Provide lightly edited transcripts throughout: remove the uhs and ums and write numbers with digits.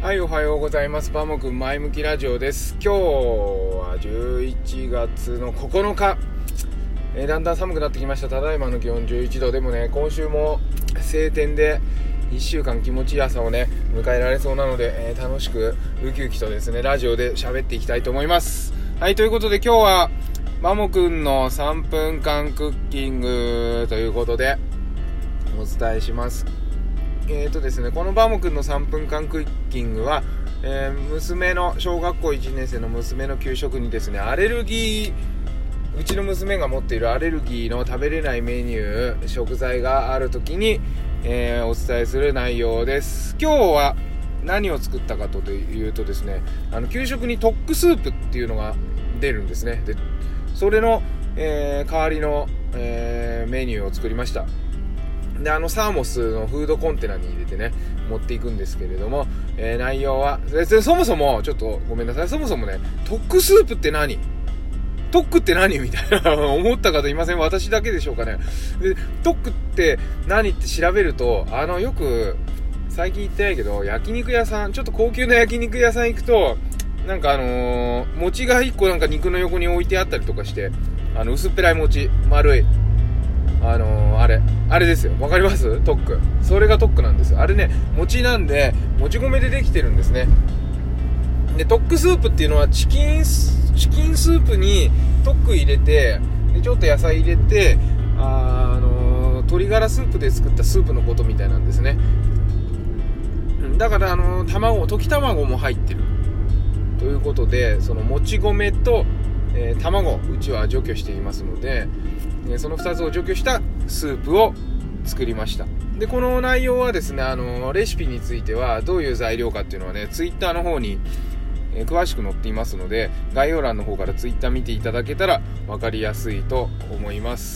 はい、おはようございます。バモくん前向きラジオです。今日は11月の9日、だんだん寒くなってきました。ただいまの気温11度でもね、今週も晴天で1週間気持ちいい朝をね迎えられそうなので、楽しくウキウキとですねラジオで喋っていきたいと思います。はい、ということで今日はバモくんの3分間クッキングということでお伝えします。ですね、このバモくんの3分間クッキングは、娘の小学校1年生の娘の給食にですね、アレルギー、うちの娘が持っているアレルギーの食べれないメニュー、食材があるときに、お伝えする内容です。今日は何を作ったかというとですね、給食にトックスープっていうのが出るんですね。でそれの、代わりの、メニューを作りました。でサーモスのフードコンテナに入れてね持っていくんですけれども、内容はそもそもちょっとごめんなさい、そもそもねトックスープって何、トックって何みたいな思った方いません？私だけでしょうかね。でトックって何って調べるとよく最近行ってないけど焼肉屋さん、ちょっと高級な焼肉屋さん行くとなんか餅が1個なんか肉の横に置いてあったりとかして、薄っぺらい餅丸いあれですよ。わかります？トック。それがトックなんですよ。あれね、餅なんで、もち米でできてるんですね。で、トックスープっていうのはチキンスープにトック入れて、でちょっと野菜入れて、鶏ガラスープで作ったスープのことみたいなんですね。だから溶き卵も入ってる。ということで、そのもち米と、卵、うちは除去していますので、その2つを除去したスープを作りました。でこの内容はですね、レシピについてはどういう材料かっていうのはねツイッターの方に、詳しく載っていますので、概要欄の方からツイッター見ていただけたら分かりやすいと思います。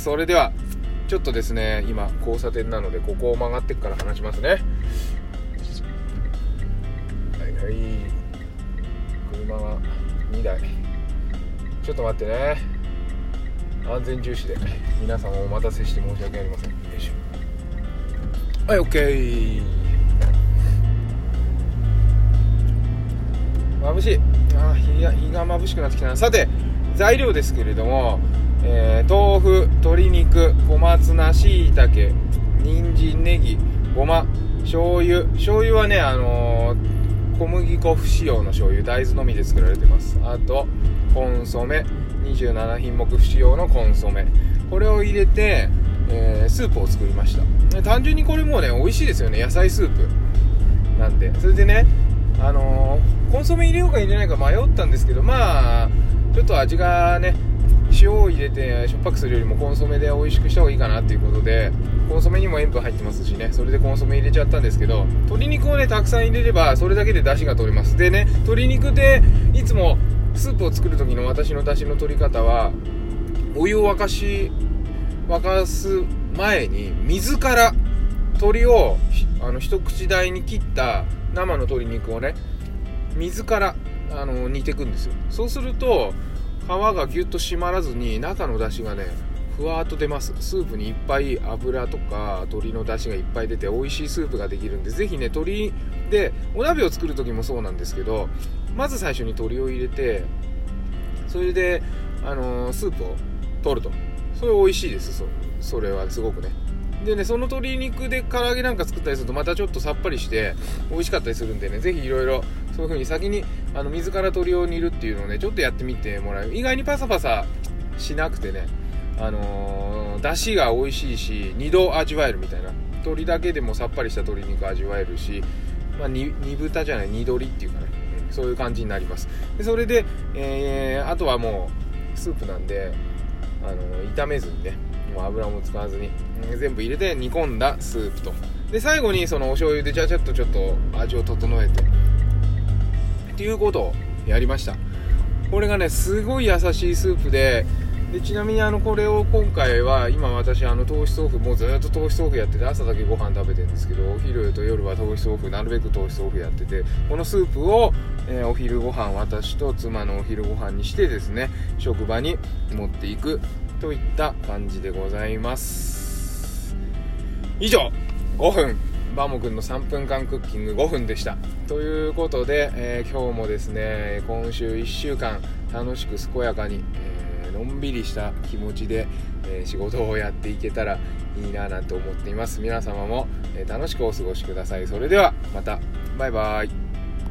それではちょっとですね、今交差点なのでここを曲がってから話しますね。はいはい、車が2台、ちょっと待ってね、安全重視で皆さんお待たせして申し訳ありません。よいしょ。はい、 OK。 眩しい。日が眩しくなってきたな。さて材料ですけれども、豆腐、鶏肉、小松菜、椎茸、人参、ネギ、ごま、醤油はね小麦粉不使用の醤油、大豆のみで作られてます。あとコンソメ、27品目不使用のコンソメ、これを入れて、スープを作りました。単純にこれもうね美味しいですよね、野菜スープなんで。それでねコンソメ入れようか入れないか迷ったんですけど、まあちょっと味がね、塩を入れてしょっぱくするよりもコンソメで美味しくした方がいいかなっていうことで、コンソメにも塩分入ってますしね、それでコンソメ入れちゃったんですけど、鶏肉をねたくさん入れればそれだけで出汁が取れます。でね、鶏肉でいつもスープを作る時の私の出汁の取り方は、お湯を沸かす前に水から鶏を一口大に切った生の鶏肉をね水から煮ていくんですよ。そうすると皮がギュッと締まらずに中の出汁がねふわーっと出ます。スープにいっぱい油とか鶏の出汁がいっぱい出て美味しいスープができるんで、ぜひね鶏でお鍋を作る時もそうなんですけど、まず最初に鶏を入れて、それでスープを取ると、それ美味しいです。それはすごくね。でね、その鶏肉で唐揚げなんか作ったりするとまたちょっとさっぱりして美味しかったりするんでね、ぜひいろいろそういう風に先に水から鶏を煮るっていうのをねちょっとやってみてもらう。意外にパサパサしなくてね、出汁が美味しいし2度味わえるみたいな、鶏だけでもさっぱりした鶏肉味わえるし、煮豚じゃない、煮鶏っていうかね、そういう感じになります。でそれで、あとはもうスープなんで炒めずにね、もう油も使わずに、全部入れて煮込んだスープと、で最後にそのお醤油でちょっと味を整えてっていうことをやりました。これがねすごい優しいスープで、ちなみにこれを今回は今私糖質オフ、もうずっと糖質オフやってて、朝だけご飯食べてるんですけど、お昼と夜は糖質オフ、なるべく糖質オフやってて、このスープを、お昼ご飯、私と妻のお昼ご飯にしてですね、職場に持っていくといった感じでございます。以上5分バモくんの3分間クッキング5分でした。ということで、今日もですね、今週1週間楽しく健やかに、のんびりした気持ちで、仕事をやっていけたらいいななんて思っています。皆様も、楽しくお過ごしください。それではまた、バイバイ。